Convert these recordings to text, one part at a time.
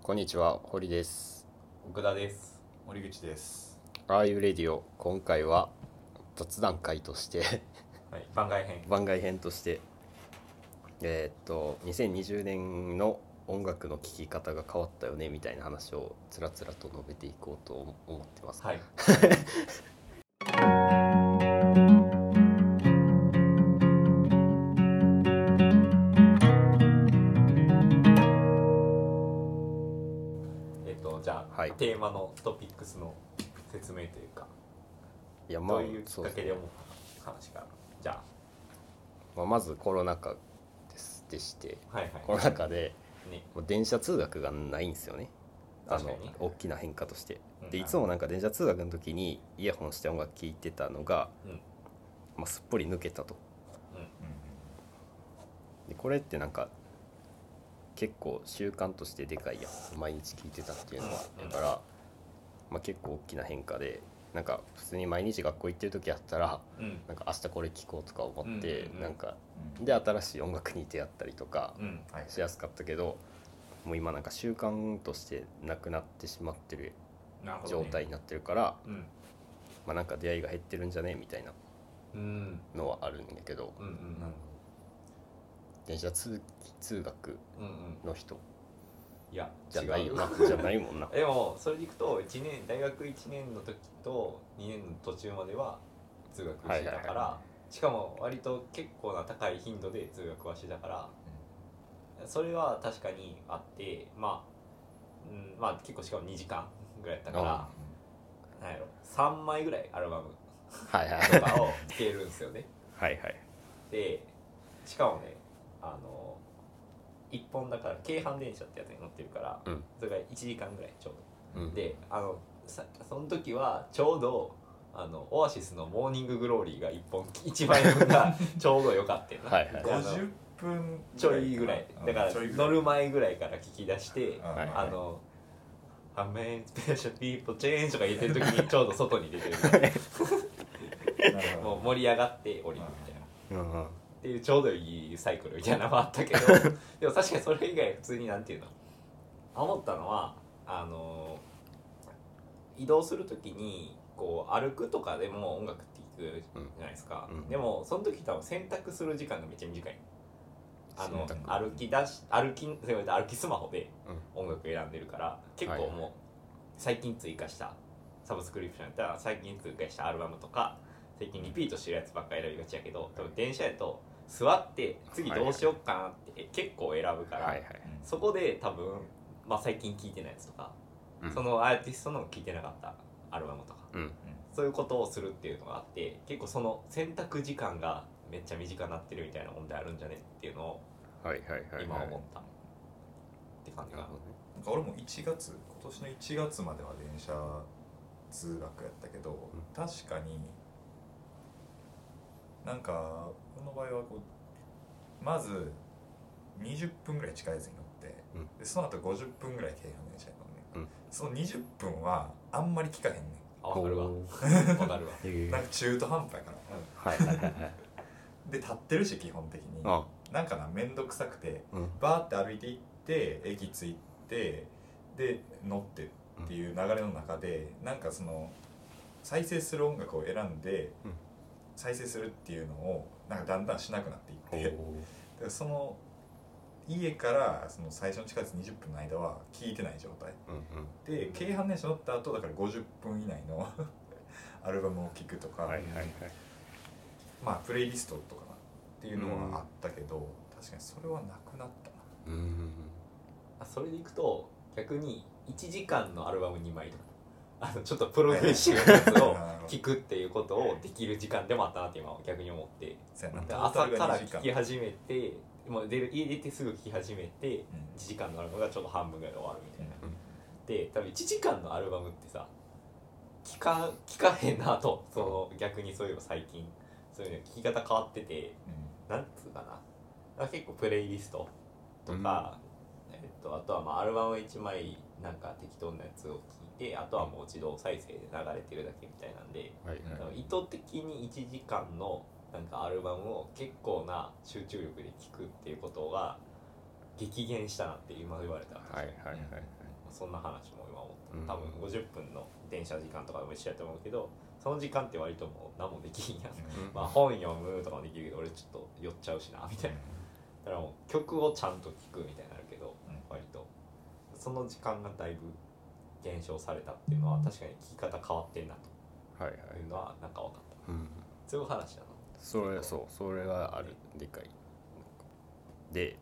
こんにちは、堀です。 奥田です。 森口です。 ああいうレディオ、今回は雑談会としてはい、番外編。 番外編として2020年の音楽の聴き方が変わったよねみたいな話をつらつらと述べていこうと思ってます。 はい。じゃあ、 はいテーマのトピックスの説明というか、 いやどういうきっそうですねかけで思った話から。じゃまずコロナ禍でしてあ、はいコロナ禍でね、 もう電車通学がないんですよね。 確かに大きな変化としてうんで、いつもなんか電車通学の時にイヤホンして音楽聴いてたのが、 うん、 すっぽり抜けたと。でこれってなんか結構習慣としてでかいやん、毎日聴いてたっていうのは。だから、結構大きな変化で、なんか普通に毎日学校行ってる時やったら、なんか明日これ聴こうとか思って、なんかで新しい音楽に出会ったりとかしやすかったけど、もう今なんか習慣としてなくなってしまってる状態になってるから、なんか出会いが減ってるんじゃねみたいなのはあるんだけど、電車通学の人いやじゃないよな違うじゃないもんなでもそれでいくと大学1年の時と2年の途中までは通学してたから、しかも割と結構な高い頻度で通学はしてたから、それは確かにあって、結構しかも2時間ぐらいやったから、なんやろ3枚ぐらいアルバムとかを聴けるんですよねはいはいでしかもね、1本だから京阪電車ってやつに乗ってるから、それが1時間ぐらいちょうど、でその時はちょうどオアシスのモーニンググローリーが1枚分がちょうどよかったよな 50分ちょいぐらいだから乗る前ぐらいから聞き出してアメンスペシャルピーポーチェーンとか言ってる時にちょうど外に出てるみたいなもう盛り上がって降りるみたいなっていうちょうどいいサイクルみたいなのもあったけどでも確かにそれ以外普通になんていうの思ったのは移動する時にこう歩くとかでも音楽って聞くじゃないですか、でもその時多分選択する時間がめっちゃ短い歩きスマホで音楽選んでるから、結構もう最近追加したサブスクリプションやったら最近追加したアルバムとか最近リピートしてるやつばっかり選びがちやけど、多分電車やと座って次どうしようかなって結構選ぶから、そこで多分、最近聴いてないやつとか、そのアーティストの聴いてなかったアルバムとか、そういうことをするっていうのがあって、結構その選択時間がめっちゃ短くなってるみたいな問題あるんじゃねっていうのを今思ったって感じかな。 なんか俺も今年の1月までは電車通学やったけど、確かになんかこの場合はこうまず20分ぐらい近いやつに乗って、でその後50分ぐらい京阪電車に乗んねん、その20分はあんまり聞かへんねん。 わかるわなんか中途半端やから、で立ってるし基本的になんかめんどくさくて、バーって歩いて行って駅着いてで乗ってっていう流れの中で、なんかその再生する音楽を選んで再生するっていうのをなんかだんだんしなくなっていってでその家からその最初の地下鉄20分の間は聴いてない状態、で京阪電車乗った後だから50分以内のアルバムを聴くとか、プレイリストとかっていうのはあったけど、確かにそれはなくなったな。 それでいくと逆に1時間のアルバム2枚とかちょっとプログレッシブなやつを聴くっていうことをできる時間でもあったなって今逆に思って、朝から聴き始めてもう家出てすぐ聴き始めて1時間のアルバムがちょうど半分ぐらいで終わるみたいな、で多分1時間のアルバムってさ聞かへんなと、その逆にそういえば最近そういうの聞き方変わってて、なんつうかな、結構プレイリストとか、あとはアルバム1枚なんか適当なやつを聞いて、あとはもう自動再生で流れてるだけみたいなんで、意図的に1時間のなんかアルバムを結構な集中力で聴くっていうことが激減したなって今言われた。 そんな話も今思った。多分50分の電車時間とかでも一緒やと思うけど、その時間って割ともう何もできんやん、まあ本読むとかもできるけど俺ちょっと酔っちゃうしなみたいな、だからもう曲をちゃんと聴くみたいになるけど、割とその時間がだいぶ減少されたっていうのは確かに聴き方変わってんなというのはなんか分かった、そういう話だな。 それがある理解で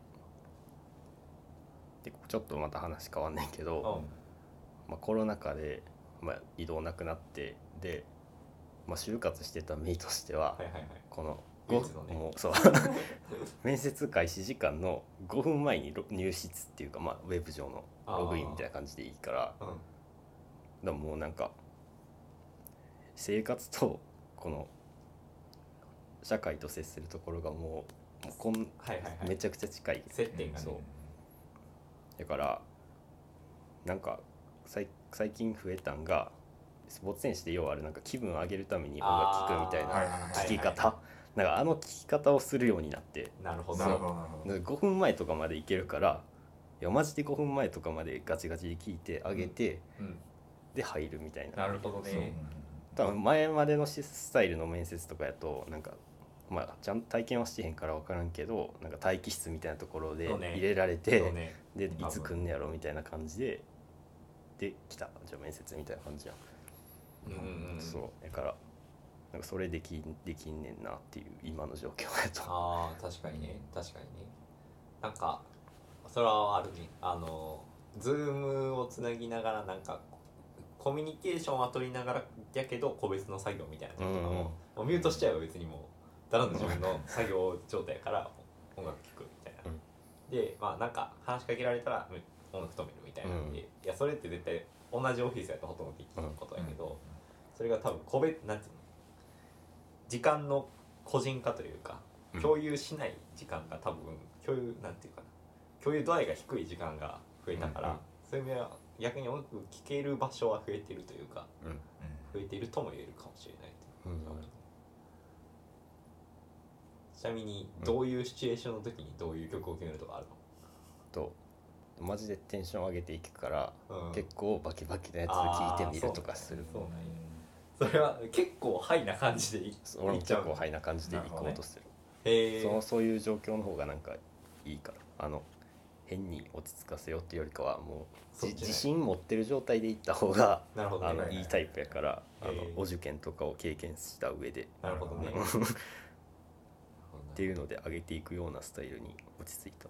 ちょっとまた話変わんねんけど、まあ、コロナ禍で、まあ、移動なくなってで、まあ、就活してた身としては、このもうそう面接開始時間の5分前に入室っていうか、まあ、ウェブ上のログインみたいな感じでいいから、だからもうなんか生活とこの社会と接するところがもうめちゃくちゃ近い接点がね。 そうだからなんか最近増えたんがスポーツ選手で要はあるなんか気分を上げるために音楽聴くみたいな聴き方、なんか聴き方をするようになって、 なるほど 5分前とかまでいけるから、いやマジで5分前とかまでガチガチで聴いてあげて、で入るみたいな。 なるほどね。 多分前までのスタイルの面接とかやとなんかまあちゃんと体験はしてへんから分からんけど、なんか待機室みたいなところで入れられて、でいつ来んねやろみたいな感じで来たじゃあ面接みたいな感じやん。そうだからなんかそれできんねんなっていう今の状況やと。 確かにね。なんかそれはあるね。ズームをつなぎながらなんかコミュニケーションは取りながらやけど個別の作業みたいな時とかもうミュートしちゃえば別にもうただの自分の作業状態から音楽聴くみたいな、でまあなんか話しかけられたら音楽止めるみたいなんで、いやそれって絶対同じオフィスやとほとんどできることやけど、それが多分個別なんていうの時間の個人化というか共有しない時間が多分なんていうかな共有度合いが低い時間が増えたから、そういう意味では逆に音楽聴ける場所は増えてるというか、増えているとも言えるかもしれないという、ちなみにどういうシチュエーションの時にどういう曲を決めるとかあるの？ とマジでテンション上げていくから、結構バキバキなやつ聴いてみるとかする。 そうなんや。それは結構ハイな感じでいっちゃう。 結構ハイな感じでいこうとする。そういう状況の方がなんかいいから、変に落ち着かせようっていうよりかはもう自信持ってる状態でいった方がいいタイプやから、お受験とかを経験した上でなるほどねっていうので上げていくようなスタイルに落ち着いた。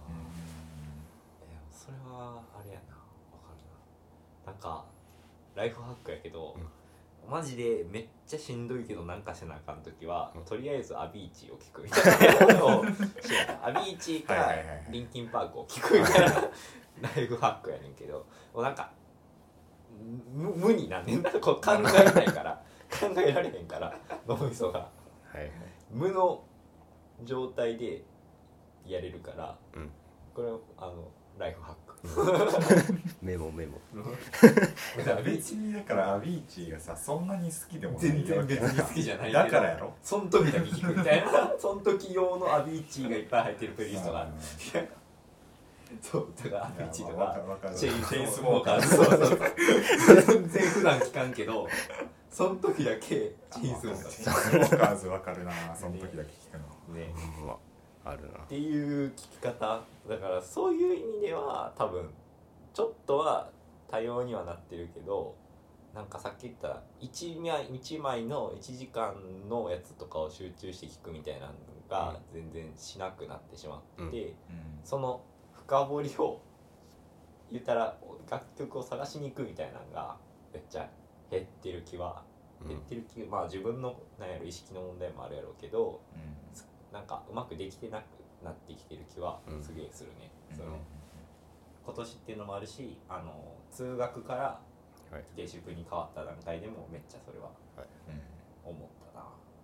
それはあれやな、分かるな。なんかライフハックやけど、マジでめっちゃしんどいけどなんかせなあかん時は、とりあえずアビーチを聴くみたいなのをアビーチかリンキンパークを聴くみたいなライフハックやねんけど、もうなんか無になんねんな、こう考えないから考えられへんから脳みそが、無の状態でやれるから、これライフハックメモ別にだからアビーチがさそんなに好きでもない全然別に好きじゃないけどだからやろ、 そん時だけ聴くみたいなそん時用のアビーチがいっぱい入ってるプレイリストがあるそうだからアビーチとかチェインスモーカーズ全然普段聴かんけどそん時だけチェインスモーカーズわかるな、その時だけ聴くのね、 あるなっていう聴き方だから、そういう意味では多分ちょっとは多様にはなってるけど、なんかさっき言った1枚の1時間のやつとかを集中して聴くみたいなのが全然しなくなってしまって、その深掘りを言ったら楽曲を探しに行くみたいなのがめっちゃ減ってる気は、まあ自分のなんやろ意識の問題もあるやろうけど、なんかうまくできてなくなってきてる気はすげえするね、その今年っていうのもあるし、通学から下宿に変わった段階でもめっちゃそれは思ったな、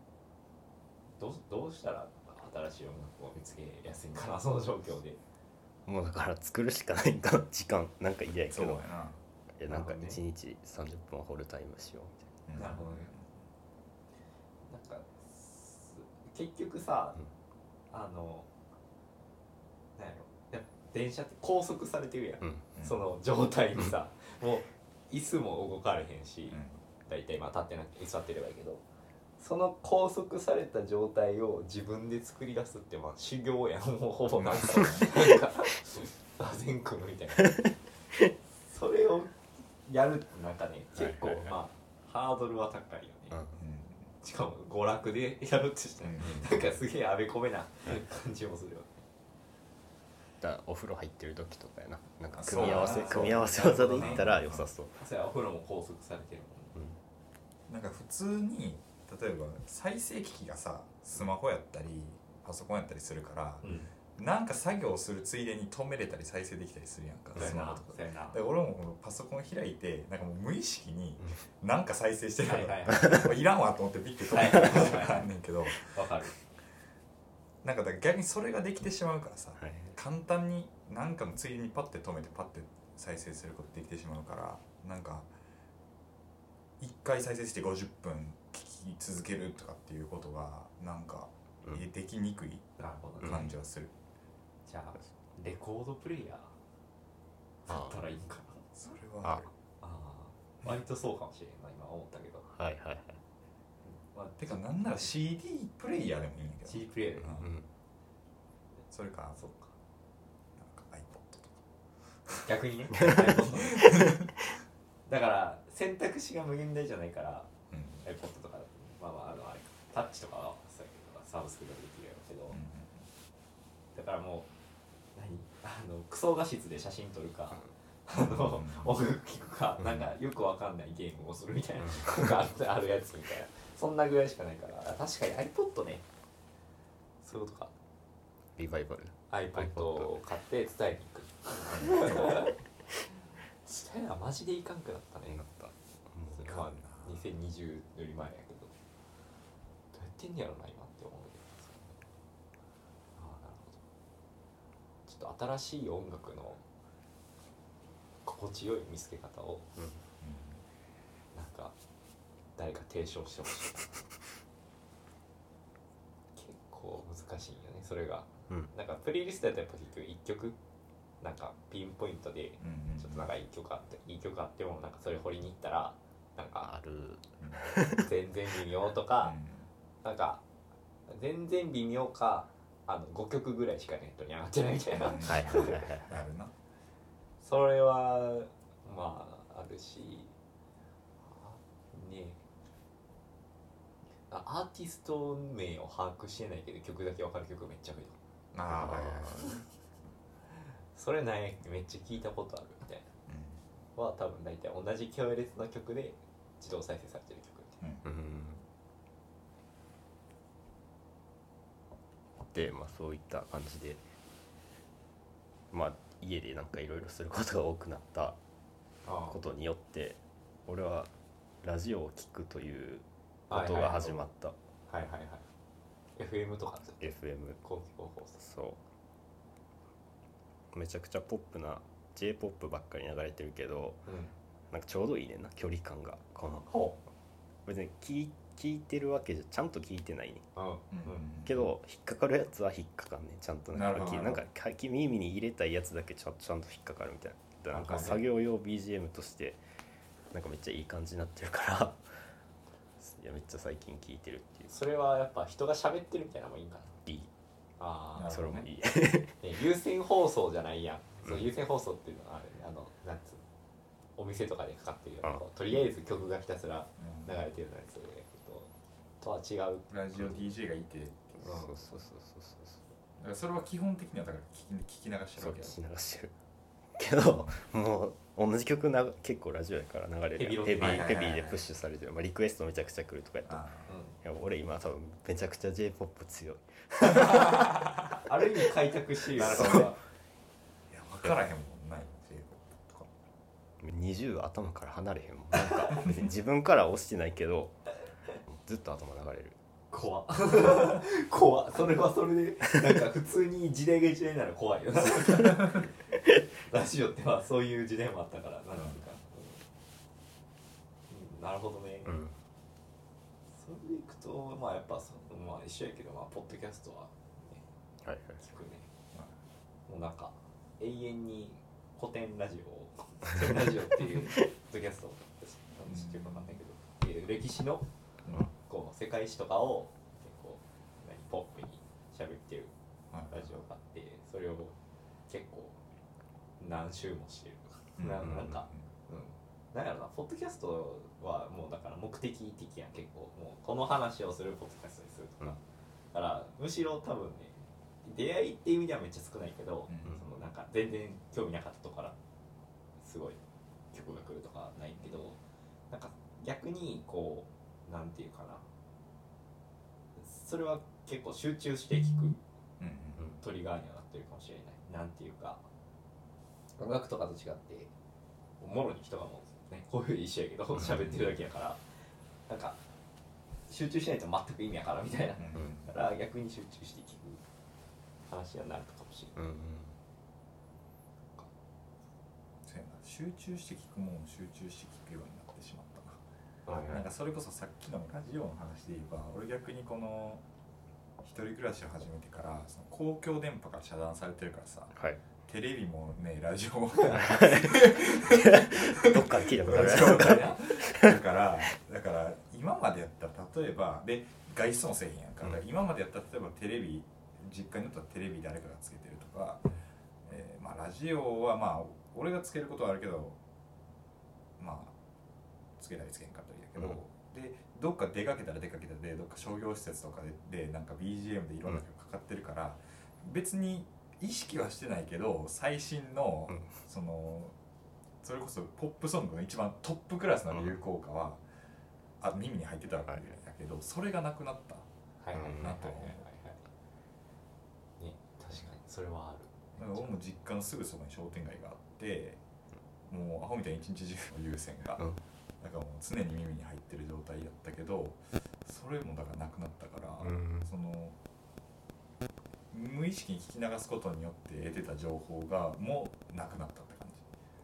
どうしたら新しい音楽を見つけやすいかな、その状況で。 もうだから作るしかないんか時間なんか嫌やけど、なんか1日30分ホールタイムしようみたいな。 なるほどね。なんか結局さ、なんやろ、電車って拘束されてるやん、 その状態にさもう椅子も動かれへんし、だいたい立ってなくて座ってればいいけど、その拘束された状態を自分で作り出すって修行やん。もうほぼなんか座禅組むみたいなそれをやるってなんかね結構ハードルは高いよね、しかも娯楽でやるってしたら、なんかすげえあべこべな感じもするよね。 だお風呂入ってる時とかやな、なんか組み合わせ技でいったら良さそう。 それはお風呂も拘束されてるもん、 なんか普通に例えば再生機器がさスマホやったりパソコンやったりするから、なんか作業するついでに止めれたり再生できたりするやんか、スマホとかで。だから俺もパソコン開いてなんかもう無意識になんか再生してるから、いらんわと思ってピッて止めてるからあんねんけど、 わかる。 なんかだから逆にそれができてしまうからさ、簡単になんかのついでにパッて止めてパッて再生することできてしまうから、なんか1回再生して50分聞き続けるとかっていうことがなんかできにくい感じはする。 じゃあレコードプレイヤーだったらいいんかな。 それは割とそうかもしれんな今思ったけど。 はいはいはい。 てかなんなら CD プレイヤーでもいいんだけど。 CD プレイヤーでもそれかそうか。 なんか iPod とか。 逆にね。だから選択肢が無限大じゃないから、iPod とかあれタッチとかはサブスクができるけど、だからもうクソ画質で写真撮るか、音楽聴くか、なんかよくわかんないゲームをするみたいなのがあるやつみたいな、そんなぐらいしかないから、確かに iPod ね、そういうことか。 リバイバル iPod を買って伝えに行く。伝えはマジでいかんくなったね。まあ2020より前やけど、どうやってんねやろな今って思うけど。なるほど。ちょっと新しい音楽の心地よい見つけ方を、なんか誰か提唱してほしい。結構難しいよねそれが、なんかプレイリストだとやっぱ結局1曲なんかピンポイントでちょっとなんかいい曲あってもなんかそれ掘りに行ったらなんかある全然微妙とか、なんか全然微妙か5曲ぐらいしかネットに上がってないみたいな。 あるな。 それはまああるしね。アーティスト名を把握してないけど曲だけ分かる曲めっちゃ多い。それないめっちゃ聞いたことあるみたいな、は多分大体同じ強烈な曲で自動再生されてる曲みたいな、 でそういった感じで家でなんかいろいろすることが多くなったことによって俺はラジオを聞くということが始まった。 はいはいはい。FM とか FM 公共放送。 そうめちゃくちゃポップな J-POP ばっかり流れてるけど、なんかちょうどいいねんな距離感が。この別に聞いてるわけじゃちゃんと聞いてないね、けど引っかかるやつは引っかかんねんちゃんと。なんか耳に入れたいやつだけちゃんと引っかかるみたいな。なんか作業用 BGM としてなんかめっちゃいい感じになってるからいやめっちゃ最近聞いてるっていう。 それはやっぱ人が喋ってるみたいなのもいいんかな。 いい。 それもいい。 有線放送じゃないやん。そう有線放送っていうのはなんつうお店とかでかかってるようなとりあえず曲がひたすら流れてるやつとは違う。 ラジオ DJ がいて、 そうそれは基本的にはだから聞き流してるわけや。 聞き流してるけどもう同じ曲結構ラジオやから流れるヘビーでプッシュされてる、リクエストめちゃくちゃ来るとかやったら、いや俺今多分めちゃくちゃ J-POP 強い。 ある意味開拓してるよ。いや分からへんもんない J-POP とか。 20頭から離れへんもん。なんか別に自分から押してないけどずっと頭流れる。 怖っそれはそれでなんか普通に時代が一代なら怖いよな。ラジオってそういう時代もあったからなんか、なるほどね。それでいくとやっぱ一緒やけどポッドキャストは、聞くね。もうなんか永遠に古典ラジオっていうポッドキャスト知ってるか分かんないけど、歴史のこう世界史とかを結構ポップに喋ってるラジオがあって、それを結構何周もしてる。なんか、なんやろな、ポッドキャストはもうだから目的的やん、結構もうこの話をするポッドキャストにするとか、だからむしろ多分ね、出会いっていう意味ではめっちゃ少ないけど、そのなんか全然興味なかったとこからすごい曲が来るとかないけど、なんか逆にこうなんていうかな、それは結構集中して聴くトリガーにはなってるかもしれない。なんていうか、音楽とかと違ってもろに人がもう、ね、こういう一緒やけど喋ってるだけやから、なんか集中しないと全く意味やからみたいな、だから逆に集中して聴く話になるかもしれない。 集中して聞くもんを集中して聞くようになってしまったな。なんかそれこそさっきのラジオの話で言えば、俺逆にこの一人暮らしを始めてからその公共電波から遮断されてるからさ、テレビもねラジオもどっかで聞いたことあるだから今までやったら例えばで外出もせえへんやんか、今までやったら例えばテレビ実家によったらテレビ誰かがつけてるとか、まあラジオはまあ俺がつけることはあるけど、まあつけたりつけへんかったりだけど、でどっか出かけたら出かけたでどっか商業施設とかでなんか BGM でいろんな曲かかってるから、別に意識はしてないけど最新のそれこそポップソングの一番トップクラスの流行歌は耳に入ってたわけだけど、それがなくなったなと思う。 ね、確かにそれはある。 俺も実家のすぐそばに商店街があって、もうアホみたいに一日中の有線が、だからもう常に耳に入ってる状態だったけど、それもだからなくなったから、その無意識に聞き流すことによって得てた情報がもうなくなったって感じ。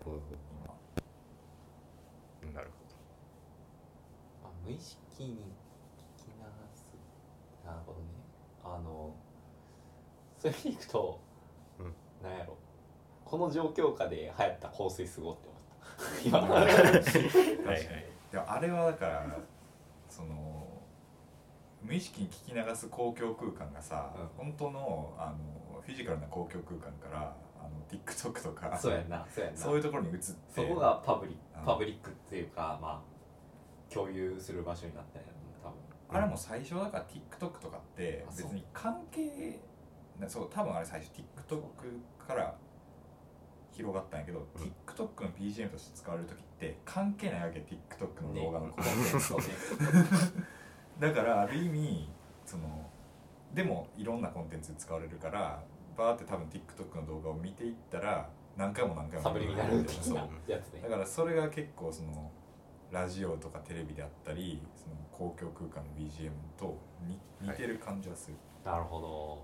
今なるほど。無意識に聞き流す。なるほどね。それにいくと、なんやろ、この状況下で流行った香水すごって思った。 でもあれはだからその無意識に聞き流す公共空間がさ、本当のフィジカルな公共空間からTikTok とかそういうところに移って、 そこがパブリックっていうか、まあ共有する場所になったんや多分。 あれも最初だから TikTok とかって別に関係そう多分あれ最初 TikTok から広がったんやけど、TikTok の BGM として使われる時って関係ないわけ、TikTok の動画のコンテンツとだからある意味でもいろんなコンテンツで使われるから、バーって多分 TikTok の動画を見ていったら何回もサブリミナル的なやつね。 だからそれが結構ラジオとかテレビであったり公共空間の BGM と似てる感じはする。 なるほど。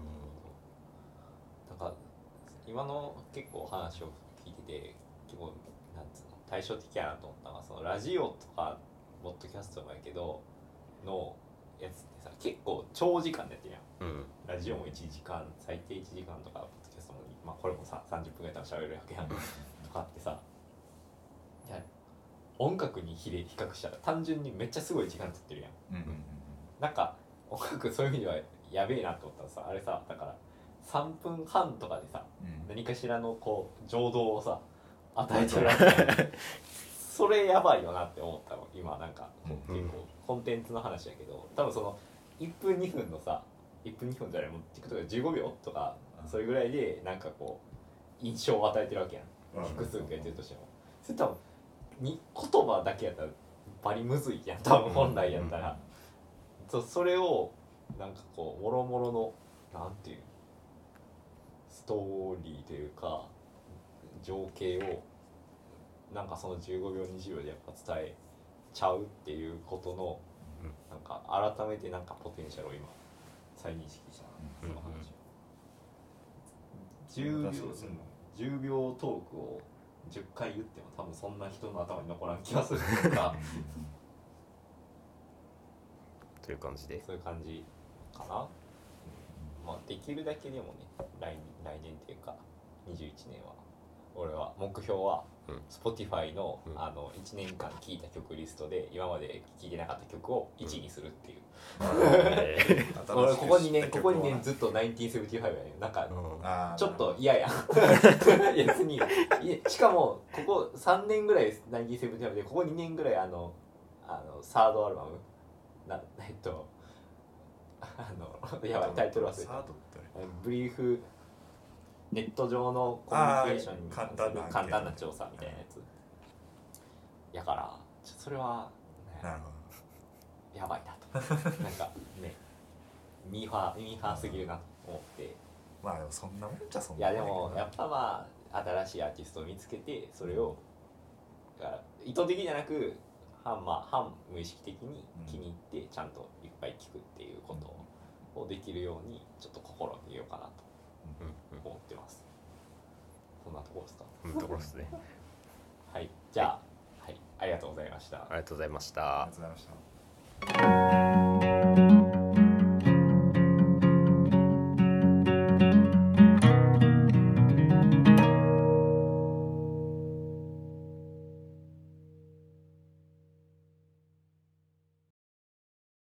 なんか今の結構話を聞いてて結構なんつうの対照的やなと思ったのが、そのラジオとかポッドキャストもやけどのやつってさ、結構長時間でやってるやん、ラジオも1時間最低1時間とか、ポッドキャストも、まあ、これもさ30分ぐらい多分喋るわけやんとかってさ、いや音楽に比較したら単純にめっちゃすごい時間取ってるやん、なんか音楽そういう意味ではやべえなと思ったらさ、あれさ、だから3分半とかでさ、何かしらのこう情動をさ与えてるわけやんそれやばいよなって思ったの今。なんか結構コンテンツの話やけど、多分その1分2分のさ、1分2分じゃないもん TikTok が15秒とかそれぐらいでなんかこう印象を与えてるわけやん、複数回やってるとしても。それ多分言葉だけやったらバリむずいやん多分本来やったら、それをなんかこうもろもろのなんていうストーリーというか情景をなんかその15秒20秒でやっぱ伝えちゃうっていうことの、なんか改めてなんかポテンシャルを今再認識したな、その話を。10秒トークを10回言っても多分そんな人の頭に残らん気がするとかという感じで、 そういう感じかな。まあできるだけでもね、来年っていうか21年は俺は目標は、 うん、 Spotify の、 うん、 1年間聴いた曲リストで今まで聴いてなかった曲を1にするっていう、俺ここ2年ずっと1975やねなんか、ちょっと嫌や別にしかもここ3年ぐらい1975でここ2年ぐらいサードアルバムやばいタイトル忘れたブリーフネット上のコミュニケーションに簡単な調査みたいなやつやからそれは、 なるほどやばいなとなんかねミーハーすぎるなと思ってまあでもそんなもんじゃそんなもんいやでもやっぱまあ新しいアーティストを見つけてそれを意図的じゃなく半無意識的に気に入ってちゃんといっぱい聴くっていうことをできるようにちょっと心がけようかなと思ってます。そんなところですか？ ところですね。 はい、じゃあ、はい、ありがとうございました。 ありがとうございました。 ありがとうございました。